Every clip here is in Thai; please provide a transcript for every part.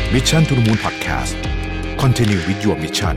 Mission to the Moon Podcast Continue with your mission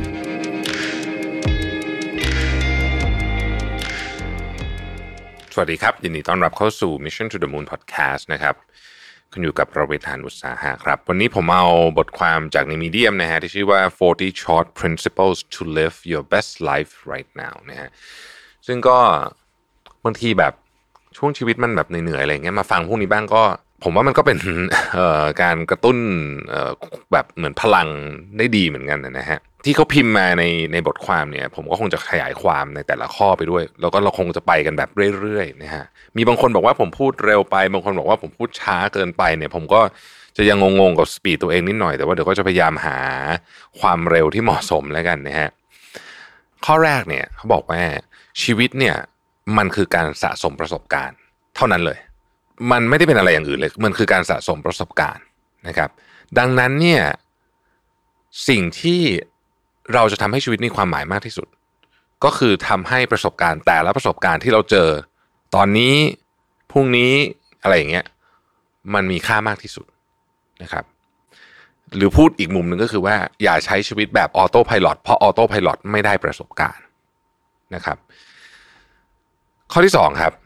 สวัสดีครับยินดีต้อนรับเข้าสู่ Mission to the Moon Podcast นะครับคุณอยู่กับเราเวทานอุตสาหะครับวันนี้ผมเอาบทความจากในมีเดียมนะฮะที่ชื่อว่า40 Short Principles to Live Your Best Life Right Now นะฮะซึ่งก็บางทีแบบช่วงชีวิตมันแบบเหนื่อยๆอะไรเงี้ยมาฟังพวกนี้บ้างก็ผมว่ามันก็เป็นการกระตุ้นแบบเหมือนพลังได้ดีเหมือนกันนะฮะที่เขาพิมพ์มาในบทความเนี่ยผมก็คงจะขยายความในแต่ละข้อไปด้วยแล้วก็เราคงจะไปกันแบบเรื่อยๆนะฮะมีบางคนบอกว่าผมพูดเร็วไปบางคนบอกว่าผมพูดช้าเกินไปเนี่ยผมก็จะยังงงๆกับสปีดตัวเองนิดหน่อยแต่ว่าเดี๋ยวก็จะพยายามหาความเร็วที่เหมาะสมแล้วกันนะฮะข้อแรกเนี่ยเขาบอกว่าชีวิตเนี่ยมันคือการสะสมประสบการณ์เท่านั้นเลยมันไม่ได้เป็นอะไรอย่างอื่นเลยมันคือการสะสมประสบการณ์นะครับดังนั้นเนี่ยสิ่งที่เราจะทำให้ชีวิตมีความหมายมากที่สุดก็คือทำให้ประสบการณ์แต่ละประสบการณ์ที่เราเจอตอนนี้พรุ่งนี้อะไรอย่างเงี้ยมันมีค่ามากที่สุดนะครับหรือพูดอีกมุมหนึ่งก็คือว่าอย่าใช้ชีวิตแบบออโต้ไพลอตเพราะออโต้ไพลอตไม่ได้ประสบการณ์นะครับข้อที่2ครับ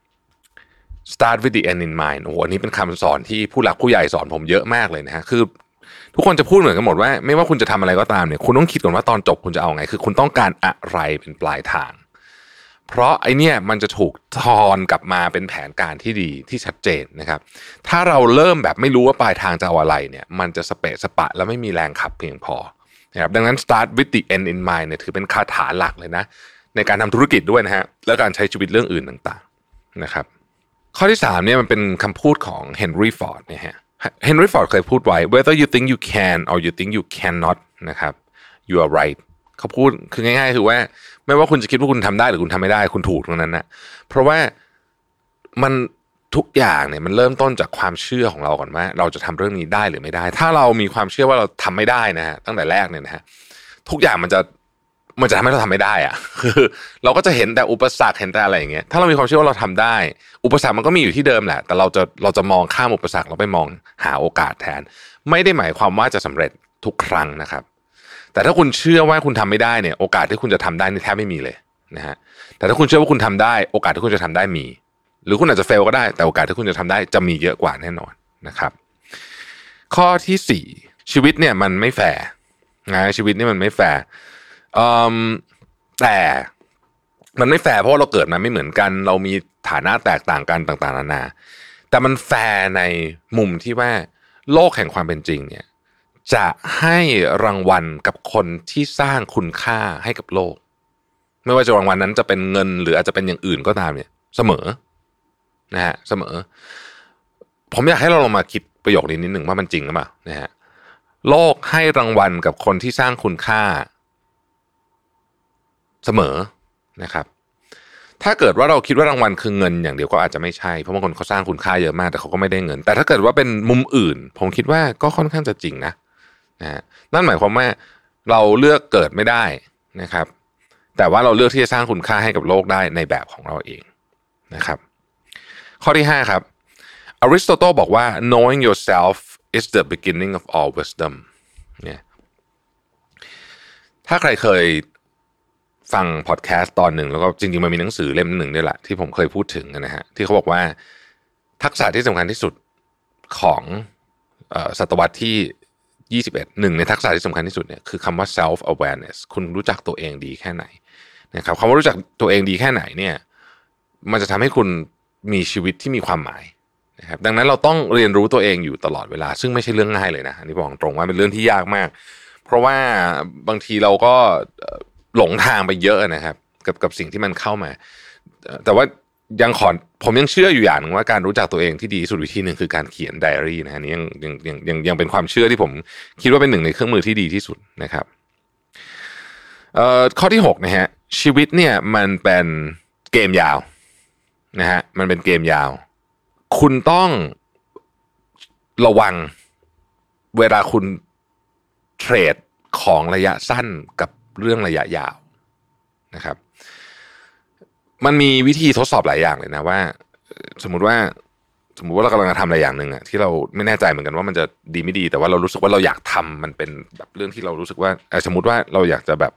start with the end in mind โอ้โหอันนี้เป็นคำสอนที่ผู้หลักผู้ใหญ่สอนผมเยอะมากเลยนะฮะคือทุกคนจะพูดเหมือนกันหมดว่าไม่ว่าคุณจะทำอะไรก็ตามเนี่ยคุณต้องคิดก่อนว่าตอนจบคุณจะเอาไงคือคุณต้องการอะไรเป็นปลายทางเพราะไอเนี่ยมันจะถูกทอนกลับมาเป็นแผนการที่ดีที่ชัดเจนนะครับถ้าเราเริ่มแบบไม่รู้ว่าปลายทางจะเอาอะไรเนี่ยมันจะสเปะสปะแล้วไม่มีแรงขับเพียงพอนะครับดังนั้น start with the end in mind เนี่ยถือเป็นคาถาหลักเลยนะในการทำธุรกิจด้วยนะฮะและการใช้ชีวิตเรื่องอื่นต่างๆนะครับข้อที่3เนี่ยมันเป็นคำพูดของเฮนรี่ฟอร์ดเนี่ยฮะเฮนรี่ฟอร์ดเคยพูดไว้ whether you think you can or you think you cannot นะครับ you are right เขาพูดคือง่ายๆคือว่าไม่ว่าคุณจะคิดว่าคุณทำได้หรือคุณทำไม่ได้คุณถูกตรงนั้นนะเพราะว่ามันทุกอย่างเนี่ยมันเริ่มต้นจากความเชื่อของเราก่อนว่าเราจะทำเรื่องนี้ได้หรือไม่ได้ถ้าเรามีความเชื่อว่าเราทำไม่ได้นะฮะตั้งแต่แรกเนี่ยนะฮะทุกอย่างมันจะทำให้เราทำไม่ได้อะคือเราก็จะเห็นแต่อุปสรรคเห็นแต่อะไรอย่างเงี้ยถ้าเรามีความเชื่อว่าเราทำได้อุปสรรคมันก็มีอยู่ที่เดิมแหละแต่เราจะมองข้ามอุปสรรคเราไปมองหาโอกาสแทนไม่ได้หมายความว่าจะสำเร็จทุกครั้งนะครับแต่ถ้าคุณเชื่อว่าคุณทำไม่ได้เนี่ยโอกาสที่คุณจะทำได้นี่แทบไม่มีเลยนะฮะแต่ถ้าคุณเชื่อว่าคุณทำได้โอกาสที่คุณจะทำได้มีหรือคุณอาจจะเฟลก็ได้แต่โอกาสที่คุณจะทำได้จะมีเยอะกว่าแน่นอนนะครับข้อที่4ชีวิตเนี่ยมันไม่แฟร์นะชีวิตนี่มันไม่แฟร์แต่มันไม่แฟร์เพราะเราเกิดมาไม่เหมือนกันเรามีฐานะแตกต่างกันต่างๆนานาแต่มันแฟร์ในมุมที่ว่าโลกแห่งความเป็นจริงเนี่ยจะให้รางวัลกับคนที่สร้างคุณค่าให้กับโลกไม่ว่าจะรางวัลนั้นจะเป็นเงินหรืออาจจะเป็นอย่างอื่นก็ตามเนี่ยเสมอนะฮะเสมอผมอยากให้เราลองมาคิดประโยคนี้นิดหนึ่งว่ามันจริงหรือเปล่านะฮะโลกให้รางวัลกับคนที่สร้างคุณค่าเสมอนะครับถ้าเกิดว่าเราคิดว่ารางวัลคือเงินอย่างเดียวก็อาจจะไม่ใช่เพราะบางคนเขาสร้างคุณค่าเยอะมากแต่เขาก็ไม่ได้เงินแต่ถ้าเกิดว่าเป็นมุมอื่นผมคิดว่าก็ค่อนข้างจะจริงนะนั่นหมายความว่าเราเลือกเกิดไม่ได้นะครับแต่ว่าเราเลือกที่จะสร้างคุณค่าให้กับโลกได้ในแบบของเราเองนะครับข้อที่5ครับอริสโตเติลบอกว่า knowing yourself is the beginning of all wisdom เนี่ยถ้าใครเคยฟังพอดแคสต์ตอนหนึ่งแล้วก็จริงๆมันมีหนังสือเล่มหนึ่งด้วยแหละที่ผมเคยพูดถึงนะฮะที่เขาบอกว่าทักษะที่สำคัญที่สุดของศตวรรษที่21หนึ่งในทักษะที่สำคัญที่สุดเนี่ยคือคำว่า self awareness คุณรู้จักตัวเองดีแค่ไหนนะครับคำว่ารู้จักตัวเองดีแค่ไหนเนี่ยมันจะทำให้คุณมีชีวิตที่มีความหมายนะครับดังนั้นเราต้องเรียนรู้ตัวเองอยู่ตลอดเวลาซึ่งไม่ใช่เรื่องง่ายเลยนะอันนี้บอกตรงว่าเป็นเรื่องที่ยากมากเพราะว่าบางทีเราก็หลงทางไปเยอะนะครับกับสิ่งที่มันเข้ามาแต่ว่าผมยังเชื่ออยู่อย่างนึงว่าการรู้จักตัวเองที่ดีที่สุดวิธีหนึ่งคือการเขียนไดอารี่นะฮะนี่ยังเป็นความเชื่อที่ผมคิดว่าเป็นหนึ่งในเครื่องมือที่ดีที่สุดนะครับข้อที่6นะฮะชีวิตเนี่ยมันเป็นเกมยาวนะฮะมันเป็นเกมยาวคุณต้องระวังเวลาคุณเทรดของระยะสั้นกับเรื่องระยะยาวนะครับมันมีวิธีทดสอบหลายอย่างเลยนะว่าสมมุติว่าสมมุติว่าเรากำลังจะทำอะไรอย่างหนึ่งอะที่เราไม่แน่ใจเหมือนกันว่ามันจะดีไม่ดีแต่ว่าเรารู้สึกว่าเราอยากทำมันเป็นแบบเรื่องที่เรารู้สึกว่าสมมุติว่าเราอยากจะแบบ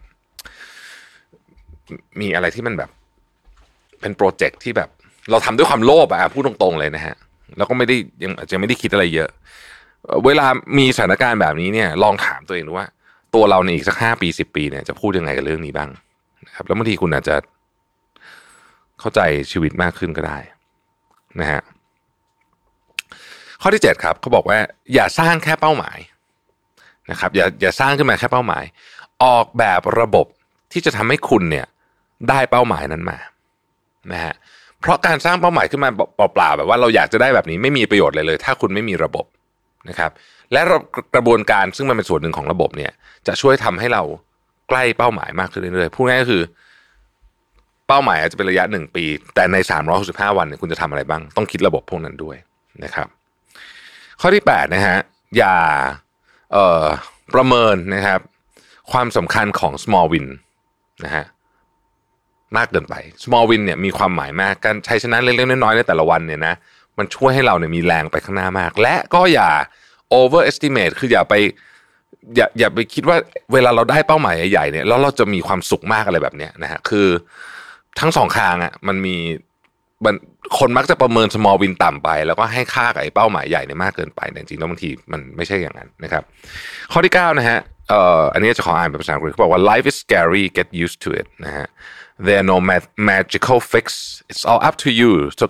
มีอะไรที่มันแบบเป็นโปรเจกต์ที่แบบเราทำด้วยความโลภอะพูดตรงๆเลยนะฮะแล้วก็ไม่ได้ยังอาจจะไม่ได้คิดอะไรเยอะเวลามีสถานการณ์แบบนี้เนี่ยลองถามตัวเองดูว่าตัวเราในอีกสัก5 ปี 10 ปีเนี่ยจะพูดยังไงกับเรื่องนี้บ้างนะครับแล้วบางทีคุณอาจจะเข้าใจชีวิตมากขึ้นก็ได้นะฮะข้อที่7ครับเขาบอกว่าอย่าสร้างแค่เป้าหมายนะครับอย่าสร้างขึ้นมาแค่เป้าหมายออกแบบระบบที่จะทำให้คุณเนี่ยได้เป้าหมายนั้นมานะฮะเพราะการสร้างเป้าหมายขึ้นมาเปล่าๆแบบว่าเราอยากจะได้แบบนี้ไม่มีประโยชน์เลยถ้าคุณไม่มีระบบนะครับและกระบวนการซึ่งมันเป็นส่วนหนึ่งของระบบเนี่ยจะช่วยทำให้เราใกล้เป้าหมายมากขึ้นเรื่อยๆพูดง่ายก็คือเป้าหมายอาจจะเป็นระยะ1 ปีแต่ใน365 วันเนี่ยคุณจะทำอะไรบ้างต้องคิดระบบพวกนั้นด้วยนะครับข้อที่8นะฮะอย่าประเมินนะครับความสำคัญของ small win นะฮะมากเกินไป small win เนี่ยมีความหมายมากการชัยชนะเล็กๆน้อยๆในแต่ละวันเนี่ยนะมันช่วยให้เราเนี่ยมีแรงไปข้างหน้ามากและก็อย่า overestimate คืออย่าไปคิดว่าเวลาเราได้เป้าหมายใหญ่ๆเนี่ยแล้วเราจะมีความสุขมากอะไรแบบเนี้ยนะฮะคือทั้งสองทางอ่ะมันคนมักจะประเมิน small win ต่ำไปแล้วก็ให้ค่ากับไอ้เป้าหมายใหญ่เนี่ยมากเกินไปแต่จริงๆแล้วบางทีมันไม่ใช่อย่างนั้นนะครับข้อที่9นะฮะอันนี้จะขออ่านเป็นภาษาอังกฤษเขาบอกว่า life is scary get used to it นะฮะ there are no magical fix it's all up to you so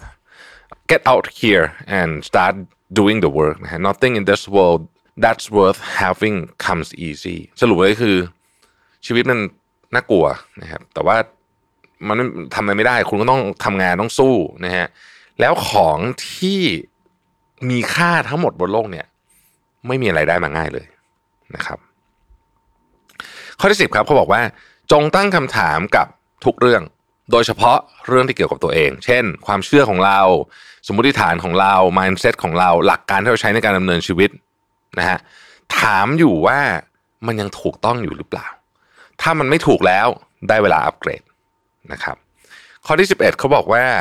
get out here and start doing the work นะฮะ nothing in this world that's worth having comes easy สรุปเลยคือชีวิตมันน่ากลัวนะครับแต่ว่ามันทำอะไรไม่ได้คุณก็ต้องทำงานต้องสู้นะฮะแล้วของที่มีค่าทั้งหมดบนโลกเนี่ยไม่มีอะไรได้มาง่ายเลยนะครับข้อที่10ครับเขาบอกว่าจงตั้งคำถามกับทุกเรื่องโดยเฉพาะเรื่องที่เกี่ยวกับตัวเองเช่นความเชื่อของเราสมมติฐานของเรา mindset ของเราหลักการที่เราใช้ในการดำเนินชีวิตนะฮะถามอยู่ว่ามันยังถูกต้องอยู่หรือเปล่าถ้ามันไม่ถูกแล้วได้เวลาอัปเกรดนะครับข้อที่11เขาบอกว่า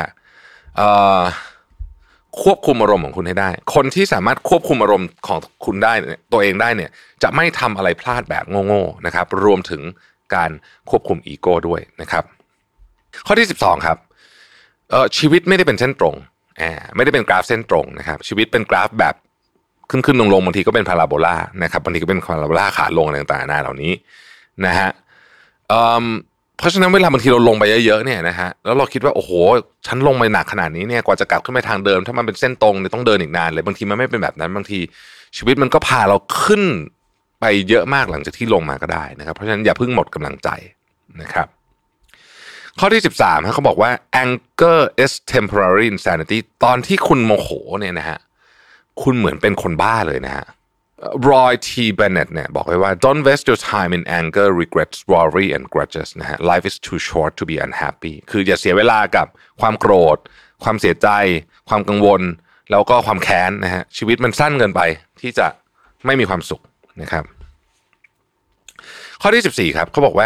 ควบคุมอารมณ์ของคุณให้ได้คนที่สามารถควบคุมอารมณ์ของคุณได้ตัวเองได้เนี่ยจะไม่ทำอะไรพลาดแบบโง่ๆนะครับรวมถึงการควบคุมอีโก้ด้วยนะครับข้อที่12ครับชีวิตไม่ได้เป็นเส้นตรงไม่ได้เป็นกราฟเส้นตรงนะครับชีวิตเป็นกราฟแบบขึ้นลงบางทีก็เป็นพาราโบลานะครับบางทีก็เป็นพาราโบลาขาลงอะไรต่างๆเหล่านี้นะฮะเพราะฉะนั้นเวลาบางทีเราลงไปเยอะๆเนี่ยนะฮะแล้วเราคิดว่าโอ้โหฉันลงไปหนักขนาดนี้เนี่ยกว่าจะกลับขึ้นไปทางเดิมถ้ามันเป็นเส้นตรงเนี่ยต้องเดินอีกนานเลยบางทีมันไม่เป็นแบบนั้นบางทีชีวิตมันก็พาเราขึ้นไปเยอะมากหลังจากที่ลงมาก็ได้นะครับเพราะฉะนั้นอย่าเพิ่งหมดกำลังใจนะครับข้อที่13เขาบอกว่า anger is temporary insanity ตอนที่คุณโมโหเนี่ยนะฮะคุณเหมือนเป็นคนบ้าเลยนะฮะRoy T. Bennett เนี่ยบอกไว้ว่า Don't waste your time in anger, regrets, worry and grudges นะฮะ Life is too short to be unhappy คืออย่าเสียเวลากับความโกรธความเสียใจความกังวลแล้วก็ความแค้นนะฮะชีวิตมันสั้นเกินไปที่จะไม่มีความสุขนะครับข้อที่14ครับเขาบอกว่า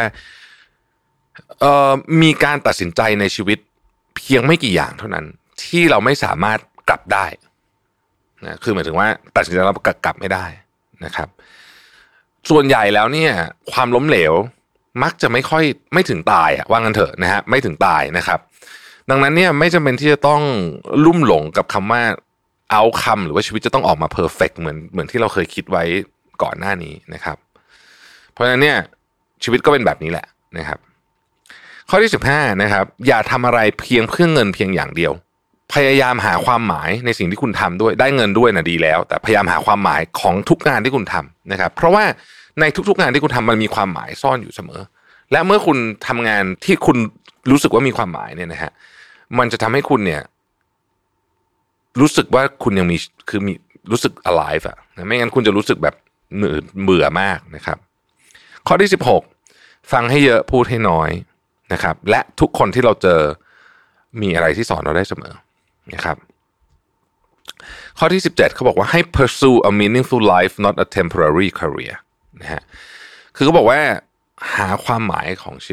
มีการตัดสินใจในชีวิตเพียงไม่กี่อย่างเท่านั้นที่เราไม่สามารถกลับได้นะคือหมายถึงว่าตัดสินใจแล้วกลับไม่ได้นะครับส่วนใหญ่แล้วเนี่ยความล้มเหลวมักจะไม่ถึงตายว่างั้นเถอะนะฮะไม่ถึงตายนะครับดังนั้นเนี่ยไม่จำเป็นที่จะต้องลุ่มหลงกับคำว่าoutcome หรือว่าชีวิตจะต้องออกมา perfect เหมือนที่เราเคยคิดไว้ก่อนหน้านี้นะครับเพราะฉะนั้นเนี่ยชีวิตก็เป็นแบบนี้แหละนะครับข้อที่15นะครับอย่าทำอะไรเพียงเพื่อเงินเพียงอย่างเดียวพยายามหาความหมายในสิ่งที่คุณทำด้วยได้เงินด้วยนะดีแล้วแต่พยายามหาความหมายของทุกงานที่คุณทำนะครับเพราะว่าในทุกๆงานที่คุณทำมันมีความหมายซ่อนอยู่เสมอและเมื่อคุณทำงานที่คุณรู้สึกว่ามีความหมายเนี่ยนะฮะมันจะทำให้คุณเนี่ยรู้สึกว่าคุณยังมีรู้สึก alive อะนะไม่งั้นคุณจะรู้สึกแบบเบื่อมากนะครับข้อที่16ฟังให้เยอะพูดให้น้อยนะครับและทุกคนที่เราเจอมีอะไรที่สอนเราได้เสมอนะครับข้อที่17เขาบอกว่าให้ pursue a meaningful life not a temporary career นะฮะคือเขาบอกว่าหาความหมายของชีวิต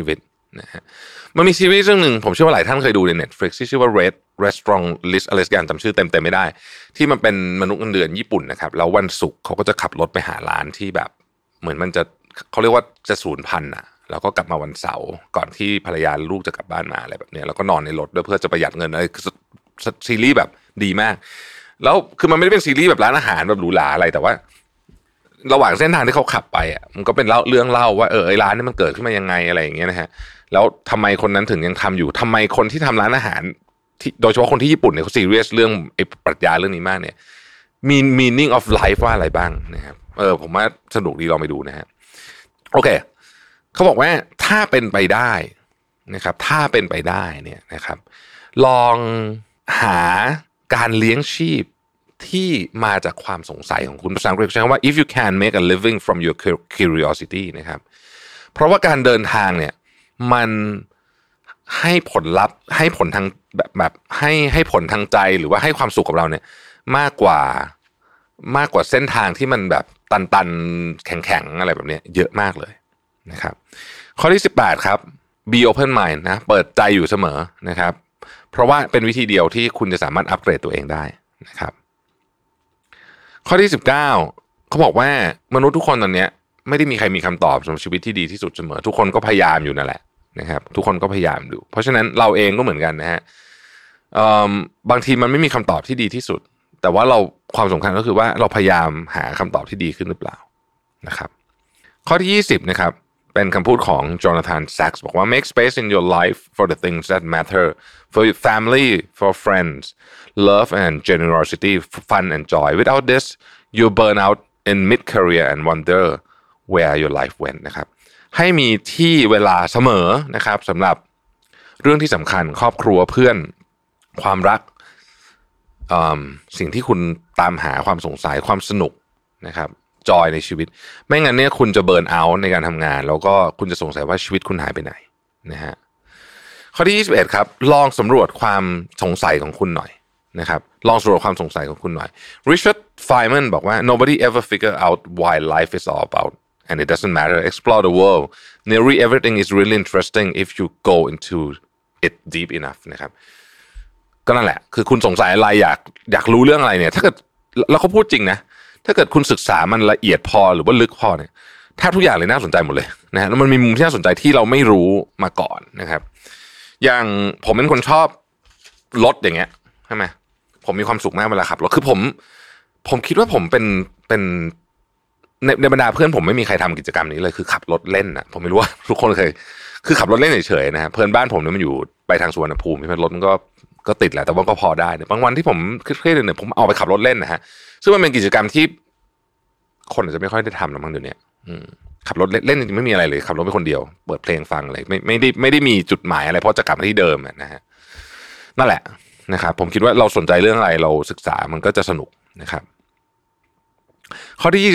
นะฮะมันมีซีรีส์เรื่องนึงผมเชื่อว่าหลายท่านเคยดูใน Netflix ที่ชื่อว่า Red Restaurant List อะไรสักอย่างจำชื่อเต็มไม่ได้ที่มันเป็นมนุษย์เงินเดือนญี่ปุ่นนะครับแล้ววันศุกร์เขาก็จะขับรถไปหาร้านที่แบบเหมือนมันจะเขาเรียกว่าจะสูญพันธุ์อ่ะแล้วก็กลับมาวันเสาร์ก่อนที่ภรรยาลูกจะกลับบ้านมาอะไรแบบนี้แล้วก็นอนในรถด้วยเพื่อจะประหยัดเงินอะไรซีรีส์แบบดีมากแล้วคือมันไม่ได้เป็นซีรีส์แบบร้านอาหารแบบหรูหราอะไรแต่ว่าระหว่างเส้นทางที่เขาขับไปอ่ะมันก็เป็นเรื่องเล่าว่าไอ้ร้านนี้มันเกิดขึ้นมายังไงอะไรอย่างเงี้ยนะฮะแล้วทำไมคนนั้นถึงยังทำอยู่ทำไมคนที่ทำร้านอาหารที่โดยเฉพาะคนที่ญี่ปุ่นเนี่ยเขาซีเรียสเรื่องไอ้ปรัชญาเรื่องนี้มากเนี่ยมี meaning of life ว่าอะไรบ้างนะครับผมว่าสนุกดีลองไปดูนะฮะโอเคเขาบอกว่าถ้าเป็นไปได้นะครับถ้าเป็นไปได้เนี่ยนะครับลองหาการเลี้ยงชีพที่มาจากความสงสัยของคุณภาษาอังกฤษใช้คำว่า if you can make a living from your curiosity นะครับเพราะว่าการเดินทางเนี่ยมันให้ผลลัพธ์ให้ผลทางแบบให้ผลทางใจหรือว่าให้ความสุขกับเราเนี่ยมากกว่าเส้นทางที่มันแบบตันๆแข็งๆอะไรแบบนี้เยอะมากเลยนะครับข้อที่18ครับ be open mind นะเปิดใจอยู่เสมอนะครับเพราะว่าเป็นวิธีเดียวที่คุณจะสามารถอัปเกรดตัวเองได้นะครับข้อที่19เขาบอกว่ามนุษย์ทุกคนตอนนี้ไม่ได้มีใครมีคำตอบสำหรับชีวิตที่ดีที่สุดเสมอทุกคนก็พยายามอยู่นั่นแหละนะครับทุกคนก็พยายามดูเพราะฉะนั้นเราเองก็เหมือนกันนะฮะบางทีมันไม่มีคำตอบที่ดีที่สุดแต่ว่าความสำคัญก็คือว่าเราพยายามหาคำตอบที่ดีขึ้นหรือเปล่านะครับข้อที่20นะครับเป็นคำพูดของจอนาธานแซ็กซ์บอกว่า make space in your life for the things that matter for your family for friends love and generosity fun and joy without this you burn out in mid career and wonder where your life went นะครับให้มีที่เวลาเสมอนะครับสำหรับเรื่องที่สำคัญครอบครัวเพื่อนความรักสิ่งที่คุณตามหาความสงสัยความสนุกนะครับจอยในชีวิตไม่งั้นเนี่ยคุณจะเบิร์นเอาท์ในการทำงานแล้วก็คุณจะสงสัยว่าชีวิตคุณหายไปไหนนะฮะข้อที่21ครับลองสำรวจความสงสัยของคุณหน่อยนะครับลองสำรวจความสงสัยของคุณหน่อย Richard Feynman บอกว่า nobody ever figure out why life is all about and it doesn't matter explore the world nearly everything is really interesting if you go into it deep enough นะครับก็นั่นแหละคือคุณสงสัยอะไรอยากรู้เรื่องอะไรเนี่ยถ้าเกิดแล้วเขาพูดจริงนะถ้าเกิดคุณศึกษามันละเอียดพอหรือว่าลึกพอเนี่ยแทบทุกอย่างเลยน่าสนใจหมดเลยนะฮะแล้วมันมีมุมที่น่าสนใจที่เราไม่รู้มาก่อนนะครับอย่างผมเป็นคนชอบรถอย่างเงี้ยใช่ไหมผมมีความสุขมากเวลาขับรถคือผมคิดว่าผมเป็นในบรรดาเพื่อนผมไม่มีใครทำกิจกรรมนี้เลยคือขับรถเล่นนะผมไม่รู้ว่าทุกคนเคยคือขับรถเล่นเฉยๆนะฮะเพื่อนบ้านผมเนี่ยมันอยู่ไปทางสุวรรณภูมิที่รถมันก็ติดแหละแต่ว่าก็พอได้เนี่ยบางวันที่ผมเครียดๆเนี่ยผมเอาไปขับรถเล่นนะฮะซึ่งมันเป็นกิจกรรมที่คนอาจจะไม่ค่อยได้ทำหรอกมั้งเดี๋ยวนี้ขับรถเล่นจริงๆไม่มีอะไรเลยขับรถไปคนเดียวเปิดเพลงฟังอะไรไม่ได้มีจุดหมายอะไรเพราะจะกลับมาที่เดิมนะฮะนั่นแหละนะครับผมคิดว่าเราสนใจเรื่องอะไรเราศึกษามันก็จะสนุกนะครับข้อที่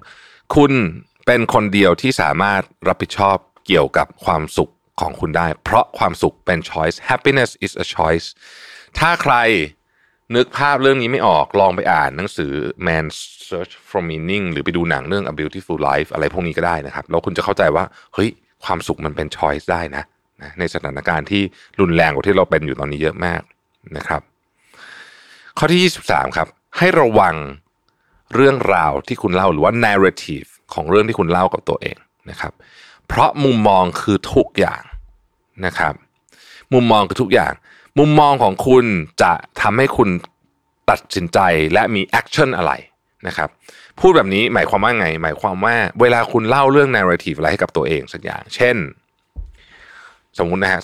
22คุณเป็นคนเดียวที่สามารถรับผิดชอบเกี่ยวกับความสุขของคุณได้เพราะความสุขเป็น choice happiness is a choice ถ้าใครนึกภาพเรื่องนี้ไม่ออกลองไปอ่านหนังสือ Man Search for Meaning หรือไปดูหนังเรื่อง A Beautiful Life อะไรพวกนี้ก็ได้นะครับแล้วคุณจะเข้าใจว่าเฮ้ยความสุขมันเป็น choice ได้นะในสถานการณ์ที่รุนแรงกว่าที่เราเป็นอยู่ตอนนี้เยอะมากนะครับข้อที่23ครับให้ระวังเรื่องราวที่คุณเล่าหรือว่า narrative ของเรื่องที่คุณเล่ากับตัวเองนะครับเพราะมุมมองคือทุกอย่างนะครับมุมมองคือทุกอย่างมุมมองของคุณจะทำให้คุณตัดสินใจและมีแอคชั่นอะไรนะครับพูดแบบนี้หมายความว่าไงหมายความว่าเวลาคุณเล่าเรื่อง narrative อะไรให้กับตัวเองสักอย่างเช่นสมมุตินะฮะ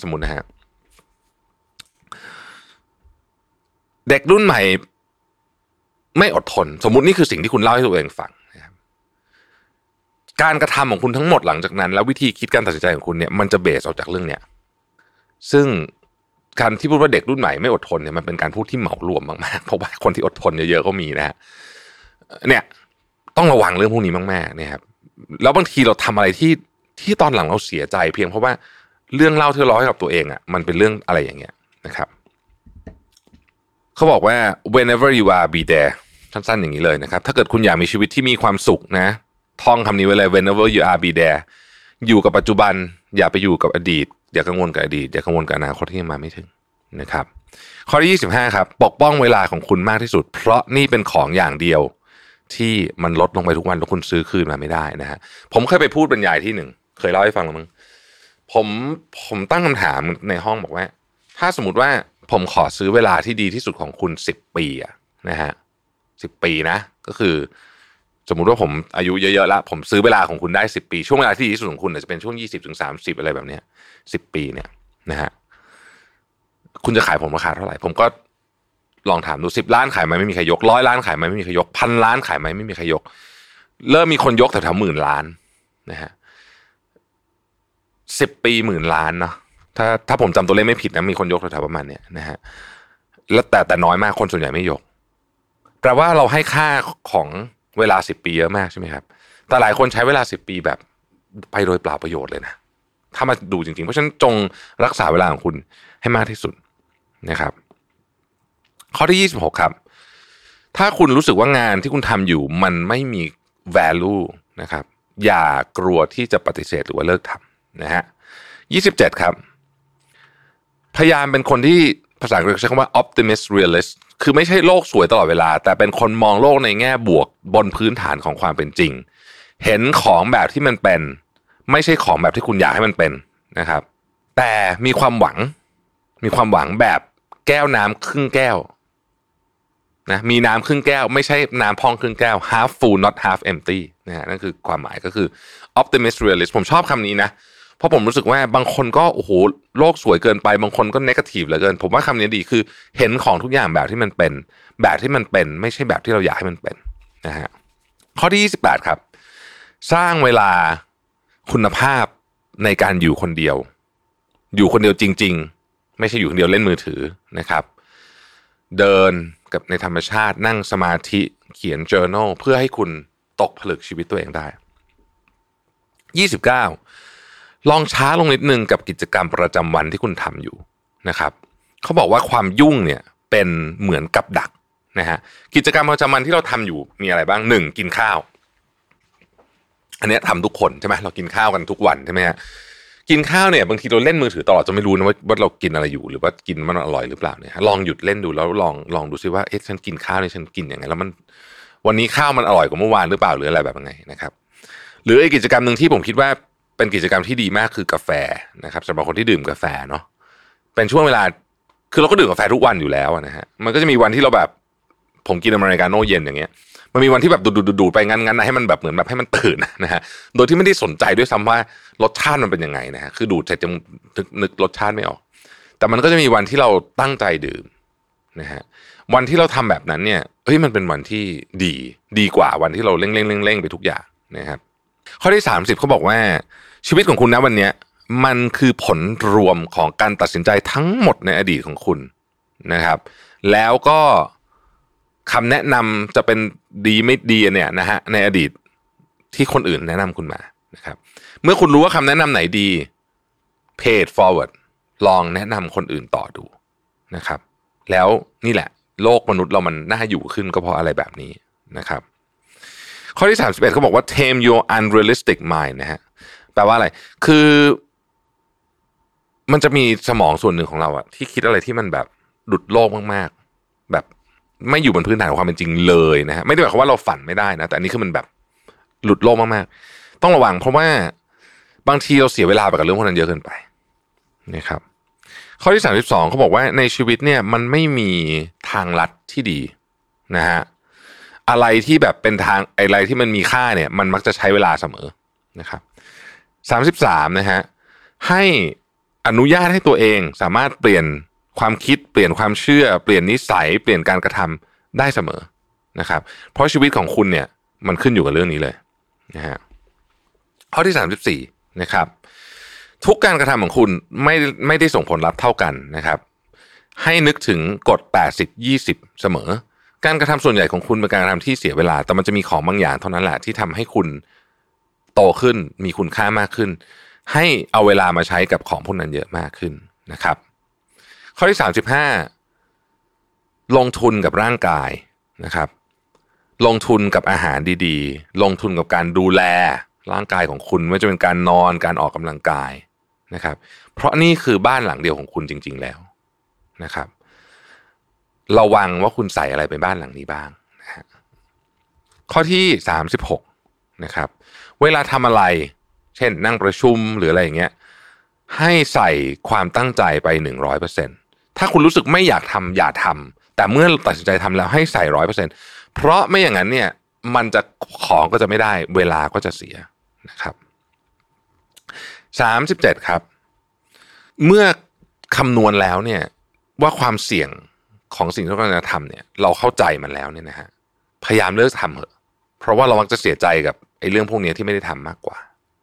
เด็กรุ่นใหม่ไม่อดทนสมมุตินี่คือสิ่งที่คุณเล่าให้ตัวเองฟังนะครับการกระทำของคุณทั้งหมดหลังจากนั้นแล้ววิธีคิดการตัดสินใจของคุณเนี่ยมันจะเบสออกจากเรื่องเนี้ยซึ่งการที่พูดว่าเด็กรุ่นใหม่ไม่อดทนเนี่ยมันเป็นการพูดที่เหมารวมมากๆเพราะว่าคนที่อดทนเยอะๆก็มีนะฮะเนี่ยต้องระวังเรื่องพวกนี้มากๆเนี่ยครับแล้วบางทีเราทำอะไรที่ตอนหลังเราเสียใจเพียงเพราะว่าเรื่องเล่าที่เราให้กับตัวเองอ่ะมันเป็นเรื่องอะไรอย่างเงี้ยนะครับเขาบอกว่า whenever you are be there สั้นๆอย่างนี้เลยนะครับถ้าเกิดคุณอยากมีชีวิตที่มีความสุขนะท่องคำนี้ไว้เลย whenever you are be there อยู่กับปัจจุบันอย่าไปอยู่กับอดีตอย่ากังวลกับอดีตอย่ากังวลกับอนาคตที่ยังมาไม่ถึงนะครับข้อที่25ครับปกป้องเวลาของคุณมากที่สุดเพราะนี่เป็นของอย่างเดียวที่มันลดลงไปทุกวันแล้วคุณซื้อคืนมาไม่ได้นะฮะผมเคยไปพูดบรรยายที่หนึ่งเคยเล่าให้ฟังแล้วมั้งผมตั้งคำถามในห้องบอกว่าถ้าสมมติว่าผมขอซื้อเวลาที่ดีที่สุดของคุณ10 ปีอะนะฮะ10 ปีนะก็คือสมมุติว่าผมอายุเยอะๆแล้วผมซื้อเวลาของคุณได้10 ปีช่วงเวลาที่ดีที่สุดของคุณจะเป็นช่วง20-30อะไรแบบเนี้ย10 ปีเนี่ยนะฮะคุณจะขายผมราคาเท่าไหร่ผมก็ลองถามดู10 ล้านขายไหมไม่มีใครยก100 ล้านขายไหมไม่มีใครยก1,000 ล้านขายไหมไม่มีใครยกเริ่มมีคนยกแถวๆ10,000 ล้านนะฮะ10 ปี10,000 ล้านเนาะถ้าผมจำตัวเลขไม่ผิดนะมีคนยกแถวๆประมาณเนี้ยนะฮะแล้วแต่น้อยมากคนส่วนใหญ่ไม่ยกแปลว่าเราให้ค่าของเวลา10 ปีเยอะมากใช่ไหมครับแต่หลายคนใช้เวลา10 ปีแบบไปโดยเปล่าประโยชน์เลยนะถ้ามาดูจริงๆเพราะฉะนั้นจงรักษาเวลาของคุณให้มากที่สุดนะครับข้อที่26ครับถ้าคุณรู้สึกว่างานที่คุณทำอยู่มันไม่มี value นะครับอย่ากลัวที่จะปฏิเสธหรือว่าเลิกทำนะฮะ27ครับพยายามเป็นคนที่ภาษาอังกฤษใช้คำว่า optimist realist คือไม่ใช่โลกสวยตลอดเวลาแต่เป็นคนมองโลกในแง่บวกบนพื้นฐานของความเป็นจริงเห็นของแบบที่มันเป็นไม่ใช่ของแบบที่คุณอยากให้มันเป็นนะครับแต่มีความหวังแบบแก้วน้ำครึ่งแก้วนะมีน้ำครึ่งแก้วไม่ใช่น้ำพองครึ่งแก้ว half full not half empty นะฮะนั่นคือความหมายก็คือ optimist realist ผมชอบคำนี้นะเพราะผมรู้สึกว่าบางคนก็โอ้โหโลกสวยเกินไปบางคนก็เนกาทีฟเหลือเกินผมว่าคำนี้ดีคือเห็นของทุกอย่างแบบที่มันเป็นไม่ใช่แบบที่เราอยากให้มันเป็นนะฮะข้อที่28ครับสร้างเวลาคุณภาพในการอยู่คนเดียวจริงๆไม่ใช่อยู่คนเดียวเล่นมือถือนะครับเดินกับในธรรมชาตินั่งสมาธิเขียน journal เพื่อให้คุณตกผลึกชีวิตตัวเองได้29ลองช้าลงนิดนึงกับกิจกรรมประจำวันที่คุณทำอยู่นะครับเขาบอกว่าความยุ่งเนี่ยเป็นเหมือนกับดักนะฮะกิจกรรมประจำวันที่เราทำอยู่มีอะไรบ้าง1กินข้าวอันนี้ทำทุกคนใช่ไหมเรากินข้าวกันทุกวันใช่ไหมฮะกินข้าวเนี่ยบางทีเราเล่นมือถือตลอดจะไม่รู้นะว่าเรากินอะไรอยู่หรือว่ากินมันอร่อยหรือเปล่าเนี่ยลองหยุดเล่นดูแล้วลองดูซิว่าเอ๊ะฉันกินข้าวเนี่ยฉันกินยังไงแล้วมันวันนี้ข้าวมันอร่อยกว่าเมื่อวานหรือเปล่าหรืออะไรแบบไงนะครับหรืออีกกิจกรรมนึงที่ผมคิดว่าเป็นกิจกรรมที่ดีมากคือกาแฟนะครับสำหรับคนที่ดื่มกาแฟเนาะเป็นช่วงเวลาคือเราก็ดื่มกาแฟทุกวันอยู่แล้วนะฮะมันก็จะมีวันที่เราแบบผมกินอเมริกาโน่เย็นอย่างเงี้ยมันมีวันที่แบบดูดไปงั้นๆนะให้มันแบบเหมือนแบบให้มันตื่นนะฮะโดยที่ไม่ได้สนใจด้วยซ้ำว่ารสชาติมันเป็นยังไงนะฮะคือดูดเสร็จจะนึกรสชาติไม่ออกแต่มันก็จะมีวันที่เราตั้งใจดื่มนะฮะวันที่เราทำแบบนั้นเนี่ยมันเป็นวันที่ดีกว่าวันที่เราเร่งไปทุกอย่างนะครับข้อที่30เขาบอกว่าชีวิตของคุณนะวันนี้มันคือผลรวมของการตัดสินใจทั้งหมดในอดีตของคุณนะครับแล้วก็คำแนะนำจะเป็นดีไม่ดีเนี่ยนะฮะในอดีตที่คนอื่นแนะนำคุณมานะครับเมื่อคุณรู้ว่าคำแนะนำไหนดี pay it forward ลองแนะนำคนอื่นต่อดูนะครับแล้วนี่แหละโลกมนุษย์เรามันน่าอยู่ขึ้นก็เพราะอะไรแบบนี้นะครับข้อที่31เขาบอกว่า tame your unrealistic mind นะฮะแปลว่าอะไรคือมันจะมีสมองส่วนหนึ่งของเราอะที่คิดอะไรที่มันแบบหลุดโลกมากๆแบบไม่อยู่บนพื้นฐานของความเป็นจริงเลยนะฮะไม่ได้หมายความว่าเราฝันไม่ได้นะแต่อันนี้คือมันแบบหลุดโลกมากๆต้องระวังเพราะว่าบางทีเราเสียเวลาไปกับเรื่องพวกนั้นเยอะเกินไปนะครับข้อที่32เขาบอกว่าในชีวิตเนี่ยมันไม่มีทางลัดที่ดีนะฮะอะไรที่แบบเป็นทางอะไรที่มันมีค่าเนี่ยมันมักจะใช้เวลาเสมอนะครับ33นะฮะให้อนุญาตให้ตัวเองสามารถเปลี่ยนความคิดเปลี่ยนความเชื่อเปลี่ยนนิสัยเปลี่ยนการกระทำได้เสมอนะครับเพราะชีวิตของคุณเนี่ยมันขึ้นอยู่กับเรื่องนี้เลยนะฮะข้อที่34นะครับทุกการกระทำของคุณไม่ได้ส่งผลลัพธ์เท่ากันนะครับให้นึกถึงกฎ 80-20 เสมอการกระทำส่วนใหญ่ของคุณเป็นการกระทำที่เสียเวลาแต่มันจะมีของบางอย่างเท่านั้นแหละที่ทำให้คุณโตขึ้นมีคุณค่ามากขึ้นให้เอาเวลามาใช้กับของพวกนั้นเยอะมากขึ้นนะครับข้อที่35ลงทุนกับร่างกายนะครับลงทุนกับอาหารดีๆลงทุนกับการดูแลร่างกายของคุณไม่ว่าจะเป็นการนอนการออกกำลังกายนะครับเพราะนี่คือบ้านหลังเดียวของคุณจริงๆแล้วนะครับระวังว่าคุณใส่อะไรไปบ้านหลังนี้บ้างนะฮะข้อที่36นะครับเวลาทำอะไรเช่นนั่งประชุมหรืออะไรอย่างเงี้ยให้ใส่ความตั้งใจไป 100% ถ้าคุณรู้สึกไม่อยากทำอย่าทำแต่เมื่อตัดสินใจทำแล้วให้ใส่ 100% เพราะไม่อย่างนั้นเนี่ยมันจะของก็จะไม่ได้เวลาก็จะเสียนะครับ37ครับเมื่อคำนวณแล้วเนี่ยว่าความเสี่ยงของสิ่งที่เรากำลังจะทำเนี่ยเราเข้าใจมันแล้วเนี่ยนะฮะพยายามเลิกทำเถอะเพราะว่าเรามักจะเสียใจกับไอ้เรื่องพวกนี้ที่ไม่ได้ทำมากกว่า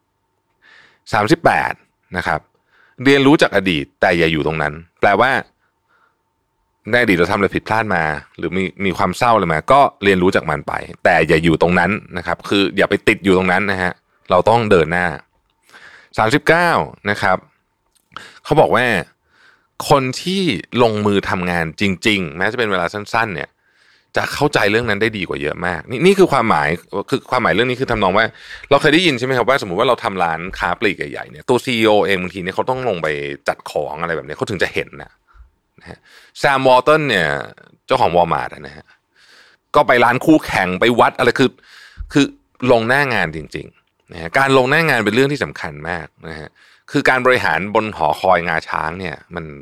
38นะครับเรียนรู้จากอดีตแต่อย่าอยู่ตรงนั้นแปลว่าในอดีตเราทำอะไรผิดพลาดมาหรือมีความเศร้าอะไรมาก็เรียนรู้จากมันไปแต่อย่าอยู่ตรงนั้นนะครับคืออย่าไปติดอยู่ตรงนั้นนะฮะเราต้องเดินหน้า39นะครับเขาบอกว่าคนที่ลงมือทำงานจริงๆแม้จะเป็นเวลาสั้นๆเนี่ยจะเข้าใจเรื่องนั้นได้ดีกว่าเยอะมากนี่คือความหมายเรื่องนี้คือทำนองว่าเราเคยได้ยินใช่ไหมครับว่าสมมุติว่าเราทำร้านค้าปลีกใหญ่ๆเนี่ยตัว CEO เองบางทีเนี่ยเขาต้องลงไปจัดของอะไรแบบนี้เขาถึงจะเห็นนะฮะแซมวอลตันเนี่ยเจ้าของวอลมาร์ทนะฮะก็ไปร้านคู่แข่งไปวัดอะไรคือลงหน้างานจริงๆนะฮะการลงหน้างานเป็นเรื่องที่สำคัญมากนะฮะคือการบริหารบนหอคอยงาช้างเนี่ย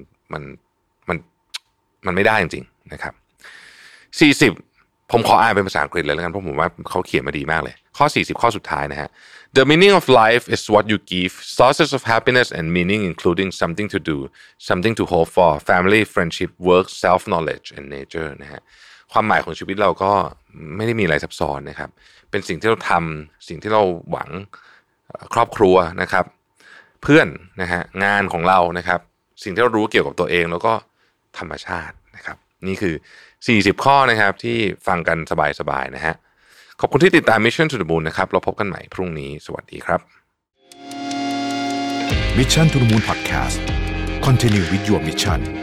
มันไม่ได้จริงๆนะครับ40ผมขออ่านเป็นภาษาอังกฤษเลยแล้วกันเพราะผมว่าเขาเขียนมาดีมากเลยข้อ40ข้อสุดท้ายนะฮะ The meaning of life is what you give sources of happiness and meaning including something to do something to hope for family friendship work self knowledge and nature นะฮะความหมายของชีวิตเราก็ไม่ได้มีอะไรซับซ้อนนะครับเป็นสิ่งที่เราทำสิ่งที่เราหวังครอบครัวนะครับเพื่อนนะฮะงานของเรานะครับสิ่งที่เรารู้เกี่ยวกับตัวเองแล้วก็ธรรมชาตินะครับนี่คือ40ข้อนะครับที่ฟังกันสบายๆนะฮะขอบคุณที่ติดตาม Mission to the Moon นะครับเราพบกันใหม่พรุ่งนี้สวัสดีครับ Mission to the Moon Podcast Continue with your mission